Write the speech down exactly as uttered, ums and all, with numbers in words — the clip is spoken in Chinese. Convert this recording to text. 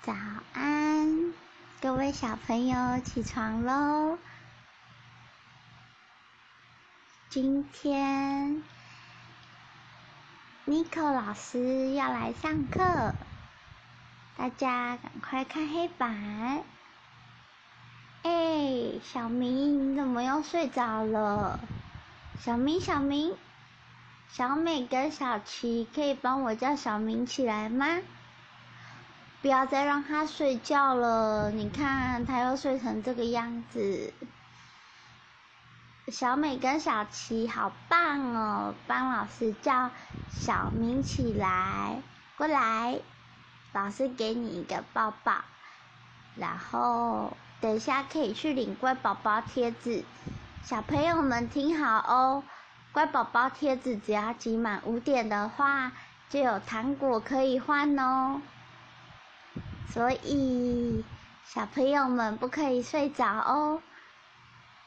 早安，各位小朋友起床喽！今天 Nico 老师要来上课，大家赶快看黑板。哎，小明，你怎么又睡着了？小明，小明，小美跟小琪，可以帮我叫小明起来吗？不要再让他睡觉了，你看他又睡成这个样子。小美跟小琪好棒哦，帮老师叫小明起来，过来，老师给你一个抱抱，然后等一下可以去领乖宝宝贴纸。小朋友们听好哦，乖宝宝贴纸只要集满五点的话，就有糖果可以换哦。所以小朋友们不可以睡着哦，